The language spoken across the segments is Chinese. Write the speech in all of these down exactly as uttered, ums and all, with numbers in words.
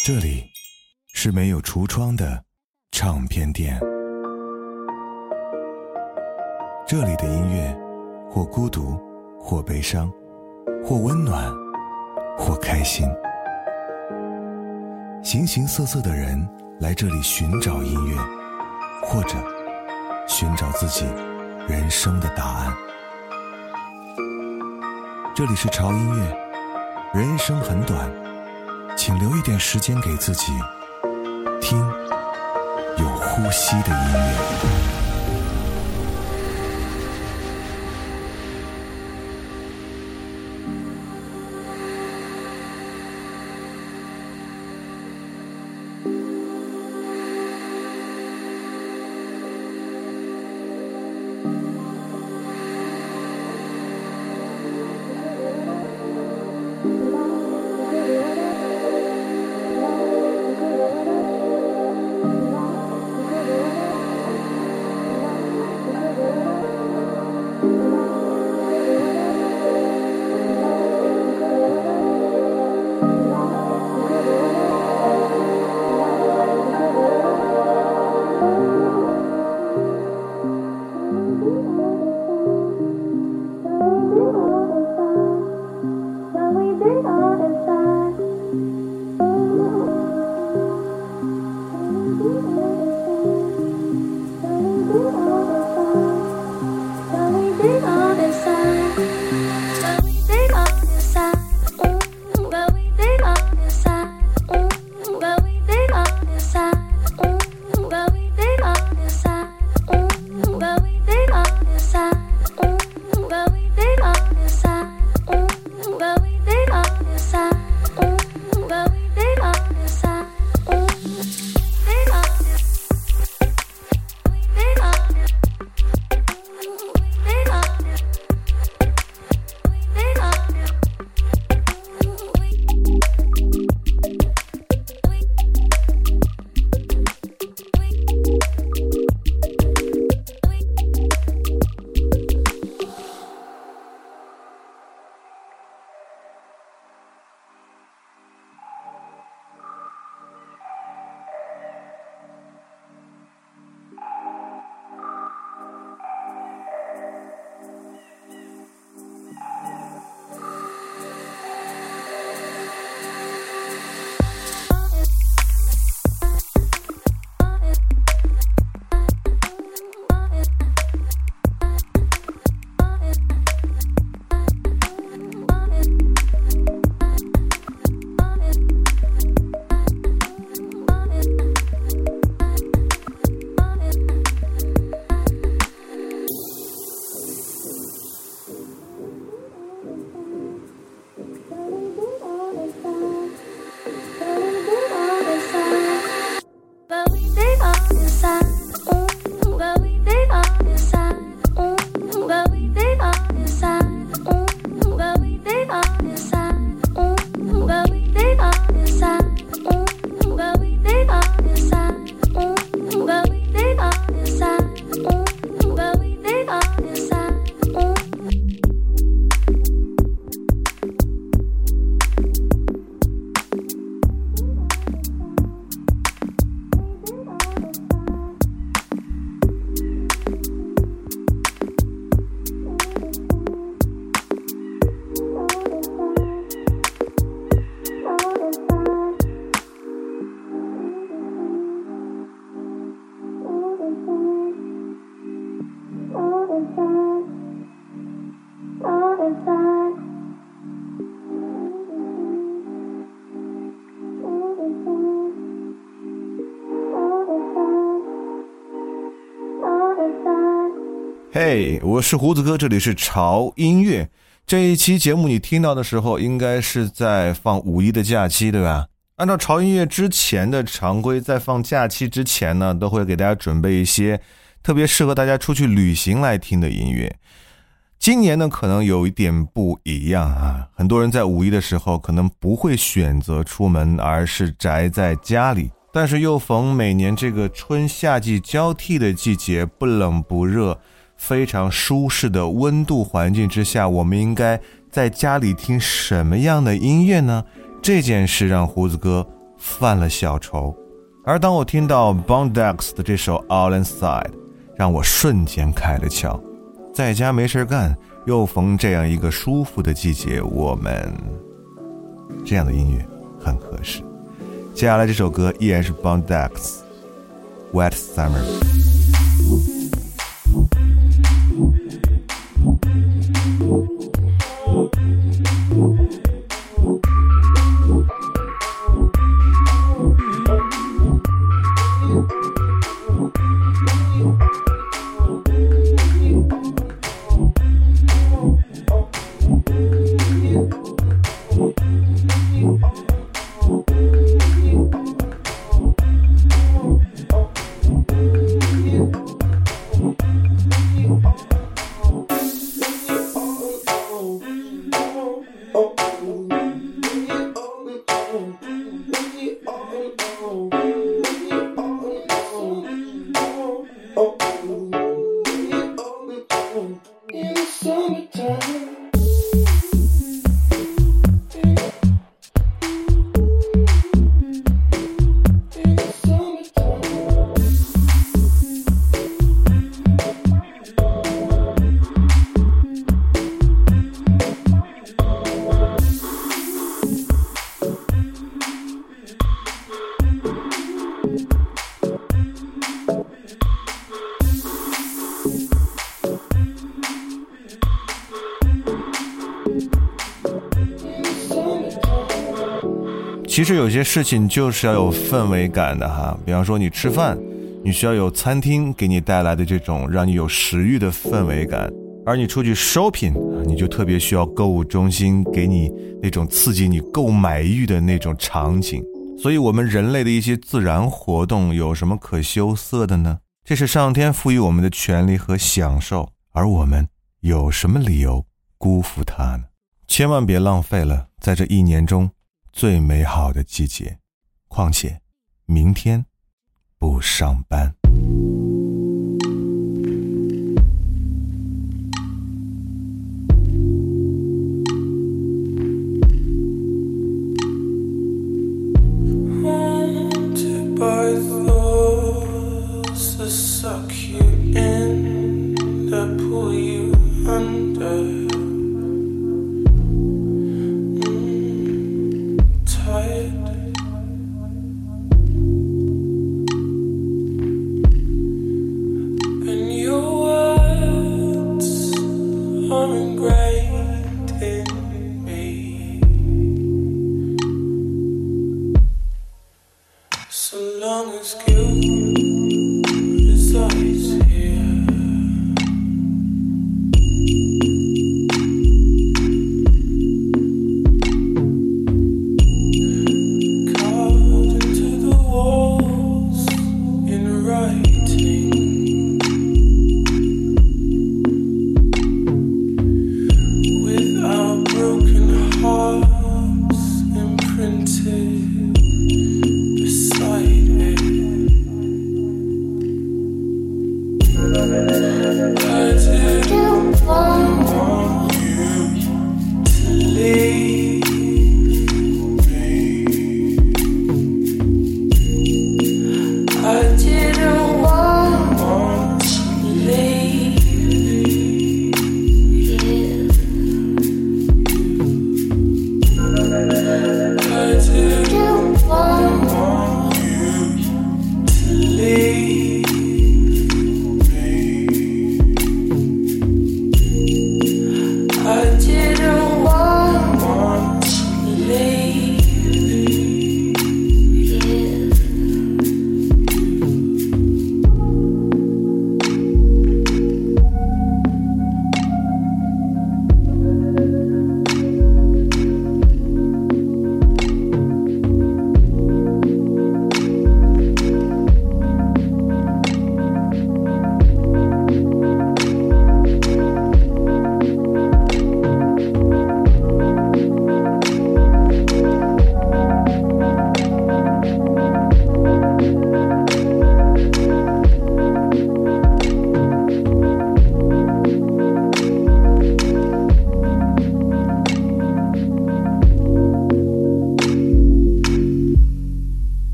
这里是没有橱窗的唱片店，这里的音乐或孤独，或悲伤，或温暖，或开心。形形色色的人来这里寻找音乐，或者寻找自己人生的答案。这里是潮音乐，人生很短，请留一点时间给自己，听有呼吸的音乐。 嘿、hey, 我是胡子哥，这里是潮音乐。这一期节目你听到的时候应该是在放五一的假期，对吧？按照潮音乐之前的常规，在放假期之前呢，都会给大家准备一些特别适合大家出去旅行来听的音乐。今年呢可能有一点不一样啊，很多人在五一的时候可能不会选择出门，而是宅在家里。但是又逢每年这个春夏季交替的季节，不冷不热，非常舒适的温度环境之下，我们应该在家里听什么样的音乐呢？这件事让胡子哥犯了小愁。而当我听到 Bon Dex 的这首 All Inside， 让我瞬间开了窍。在家没事干，又逢这样一个舒服的季节，我们这样的音乐很合适。接下来这首歌依然是 Bon Dex Wet Summer。其实有些事情就是要有氛围感的哈，比方说你吃饭，你需要有餐厅给你带来的这种让你有食欲的氛围感，而你出去 shopping， 你就特别需要购物中心给你那种刺激你购买欲的那种场景。所以我们人类的一些自然活动有什么可羞涩的呢？这是上天赋予我们的权利和享受，而我们有什么理由辜负它呢？千万别浪费了在这一年中最美好的季节，况且明天不上班。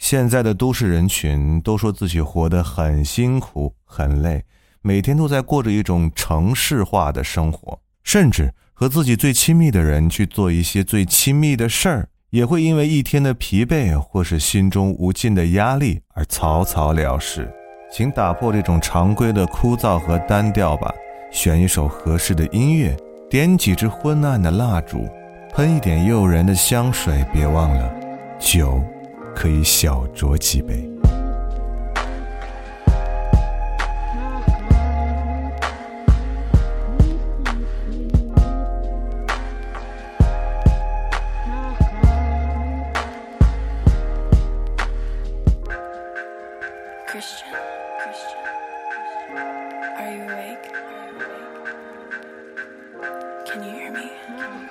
现在的都市人群都说自己活得很辛苦很累，每天都在过着一种城市化的生活，甚至和自己最亲密的人去做一些最亲密的事儿，也会因为一天的疲惫或是心中无尽的压力而草草了事。请打破这种常规的枯燥和单调吧，选一首合适的音乐，点几支昏暗的蜡烛，喷一点诱人的香水，别忘了酒可以小酌几杯。 Christian, Christian, are you awake? Can you hear me?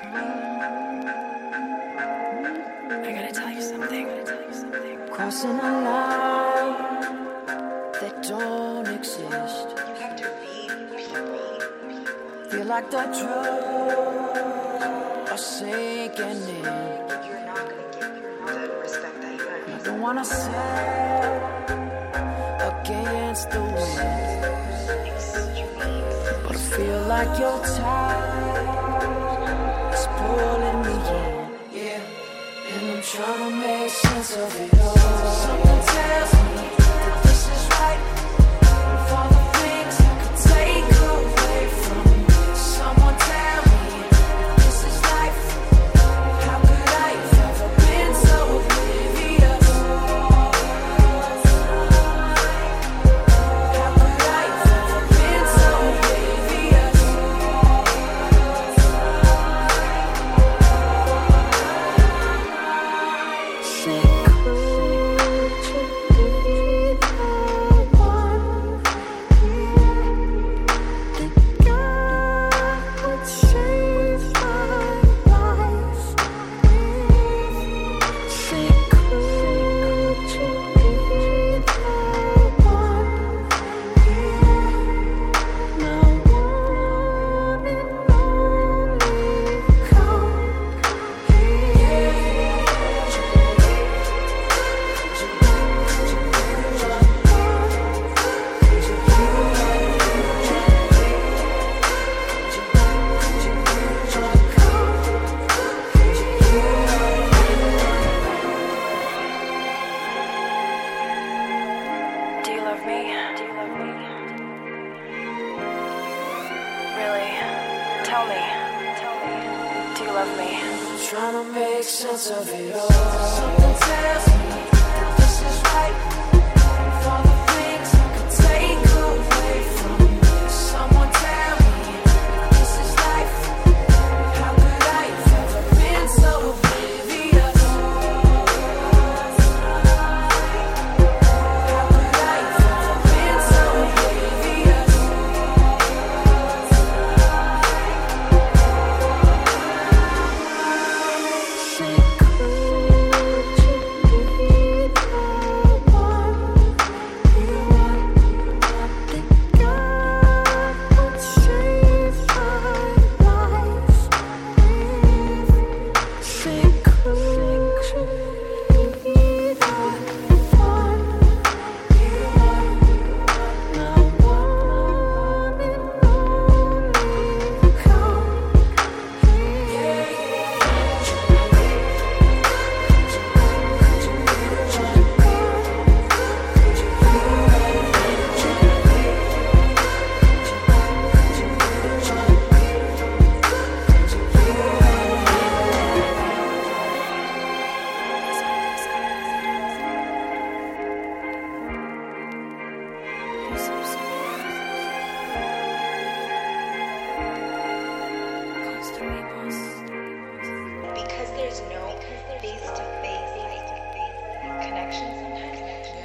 I gotta tell you something. Crossing a line that don't exist. You have to read people. Feel like the drugs are sinking in. You're not going to give the respect that you I have. don't wanna sail against the wind, but I feel like your tide is pulling me in. Yeah, and I'm trying to make sense of it all. Something tells me that this is right. Of all the things I could take away from you, someone tell me if this is life. How could I have ever been so oblivious? How could I have ever been so oblivious? Say, Do you love me? Do you love me? Really? Tell me. Tell me. Do you love me? trying to make sense of it all. Something tells me that this is right. Of all the things I could take away from you, someone tell me if this is life. How could I have ever been so oblivious? How could I have ever been so oblivious? Say, Because there's no face-to-face like connection sometimes.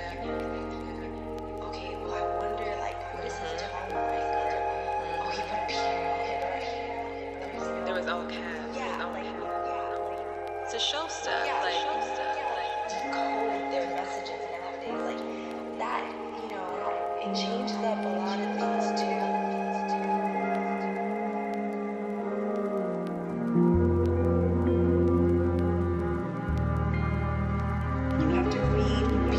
Yeah. Okay, well I wonder like what is his tone like? Or, oh, he put a piano. There was all cast. Yeah, all like people. yeah. To show stuff. Yeah, like, show stuff. Like decode their messages nowadays. Like that, you know, it changed up a lot of things too. You have to read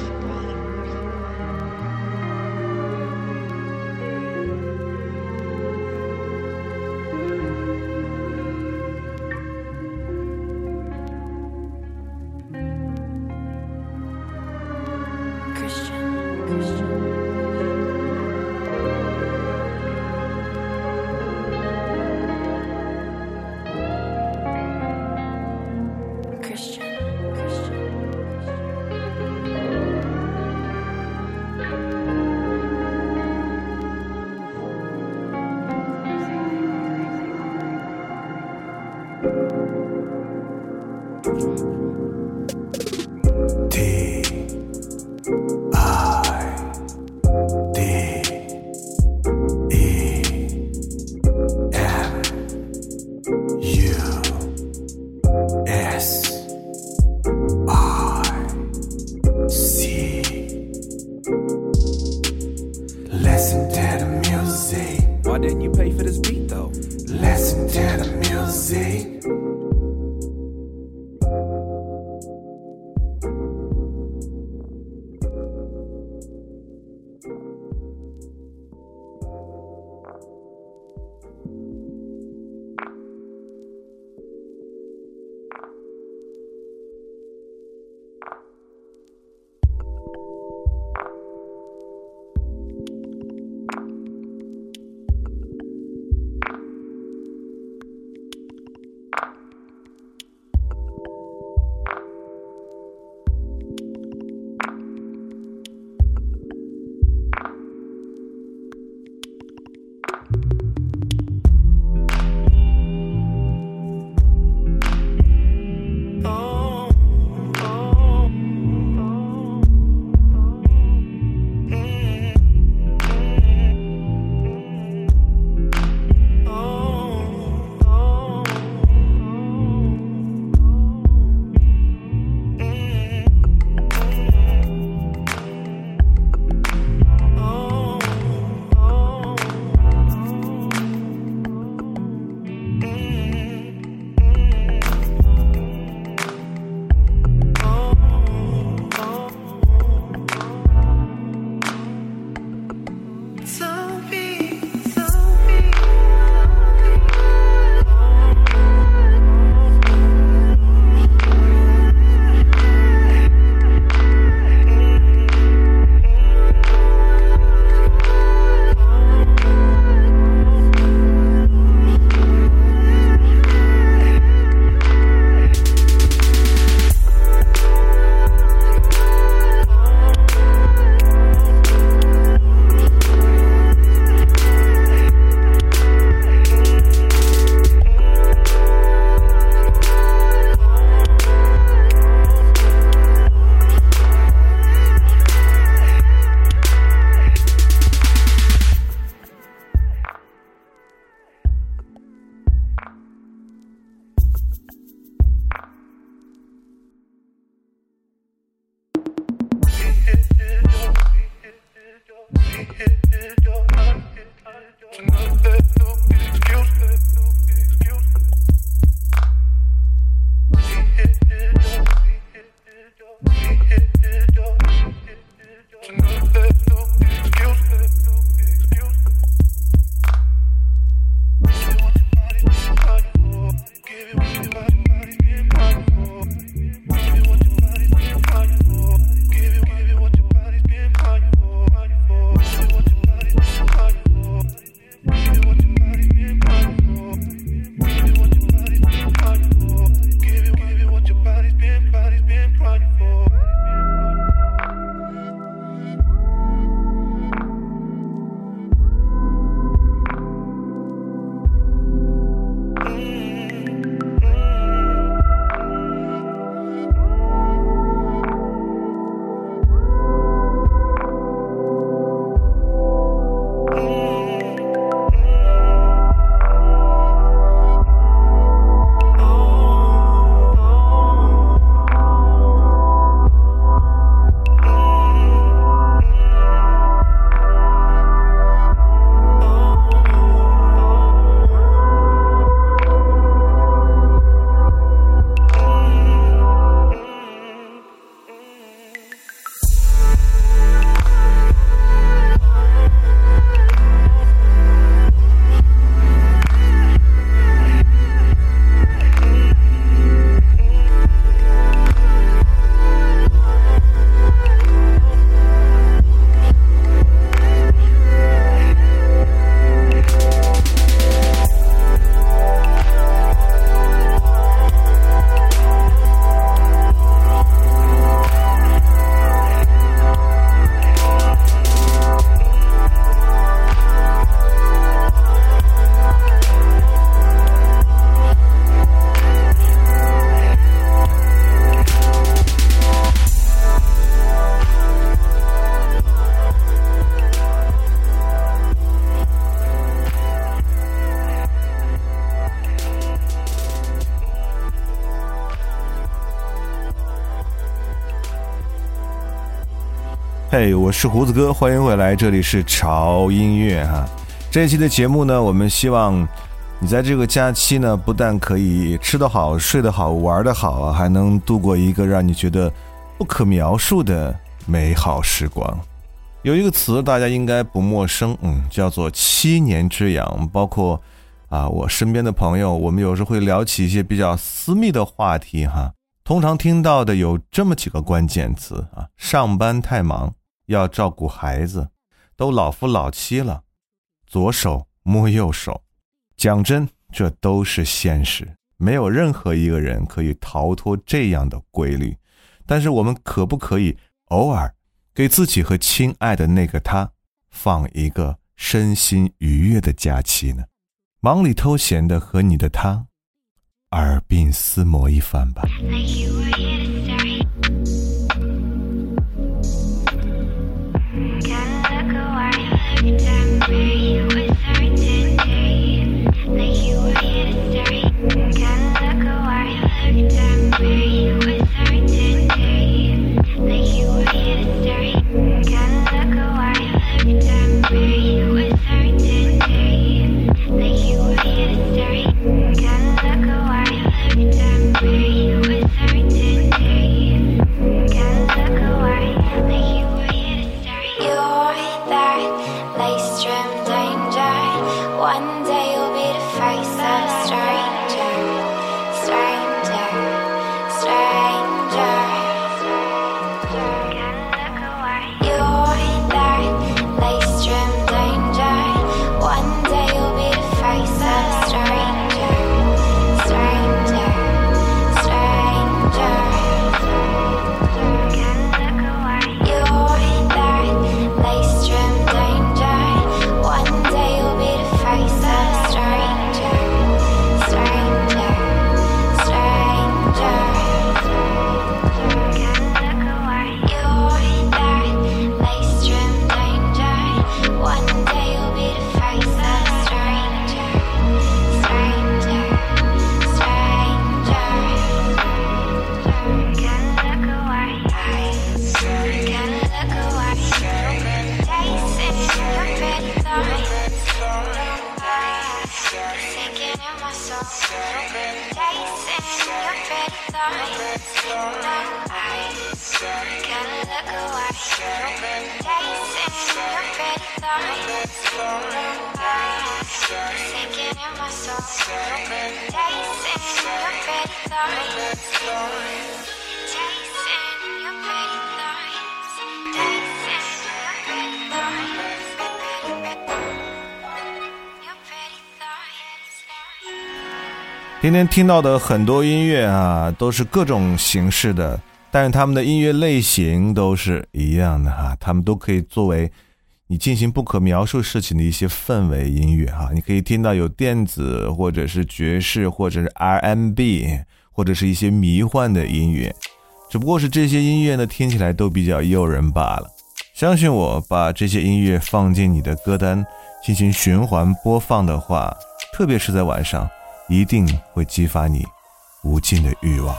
嘿、hey, 我是胡子哥，欢迎回来，这里是潮音乐哈。这一期的节目呢，我们希望你在这个假期呢，不但可以吃得好、睡得好、玩得好啊，还能度过一个让你觉得不可描述的美好时光。有一个词大家应该不陌生，嗯，叫做七年之痒。包括啊，我身边的朋友，我们有时会聊起一些比较私密的话题哈。通常听到的有这么几个关键词啊：上班太忙，要照顾孩子，都老夫老妻了，左手摸右手。讲真，这都是现实，没有任何一个人可以逃脱这样的规律。但是我们可不可以偶尔给自己和亲爱的那个他放一个身心愉悦的假期呢？忙里偷闲的和你的他耳鬓厮磨一番吧。 Like you were here to stay. Kinda like a wire, every time where you were certain. 今天听到的很多音乐啊，都是各种形式的，但是他们的音乐类型都是一样的哈，他们都可以作为你进行不可描述事情的一些氛围音乐哈。你可以听到有电子，或者是爵士，或者是 R and B， 或者是一些迷幻的音乐，只不过是这些音乐呢，听起来都比较诱人罢了。相信我，把这些音乐放进你的歌单进行循环播放的话，特别是在晚上，一定会激发你无尽的欲望。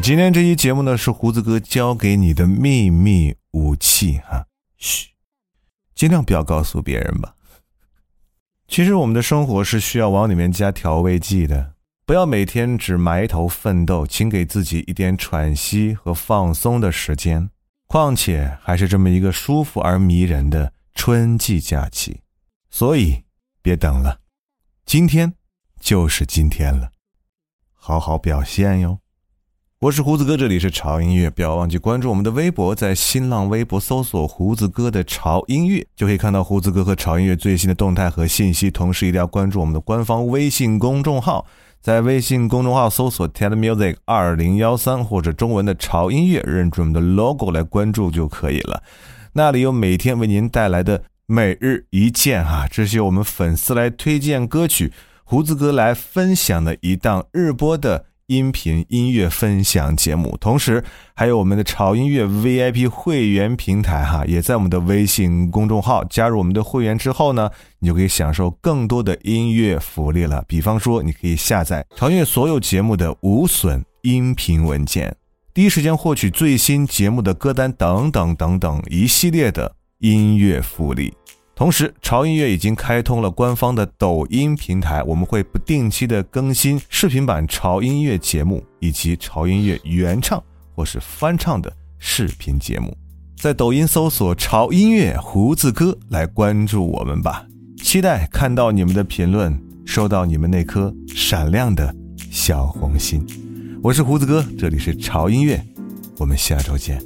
今天这期节目呢，是胡子哥教给你的秘密武器哈，嘘，尽量不要告诉别人吧。其实我们的生活是需要往里面加调味剂的，不要每天只埋头奋斗，请给自己一点喘息和放松的时间。况且还是这么一个舒服而迷人的春季假期，所以别等了，今天就是今天了，好好表现哟。我是胡子哥，这里是潮音乐，不要忘记关注我们的微博，在新浪微博搜索胡子哥的潮音乐，就可以看到胡子哥和潮音乐最新的动态和信息。同时一定要关注我们的官方微信公众号，在微信公众号搜索 Ted Music 二零一三或者中文的潮音乐，认准我们的 logo 来关注就可以了。那里有每天为您带来的每日一见哈，这是由我们粉丝来推荐歌曲，胡子哥来分享的一档日播的音频音乐分享节目。同时还有我们的潮音乐 V I P 会员平台哈，也在我们的微信公众号。加入我们的会员之后呢，你就可以享受更多的音乐福利了。比方说你可以下载潮音乐所有节目的无损音频文件，第一时间获取最新节目的歌单等等等等一系列的音乐福利。同时潮音乐已经开通了官方的抖音平台，我们会不定期的更新视频版潮音乐节目以及潮音乐原唱或是翻唱的视频节目。在抖音搜索潮音乐胡子哥来关注我们吧，期待看到你们的评论，收到你们那颗闪亮的小红心。我是胡子哥，这里是潮音乐，我们下周见。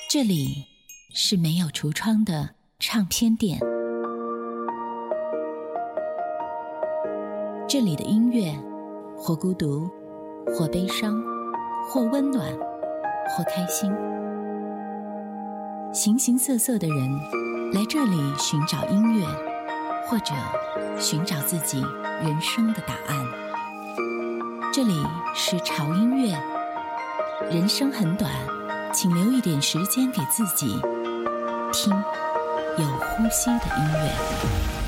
这里是没有橱窗的唱片店，这里的音乐或孤独，或悲伤，或温暖，或开心。形形色色的人来这里寻找音乐，或者寻找自己人生的答案。这里是潮音乐，人生很短，请留一点时间给自己，听有呼吸的音乐。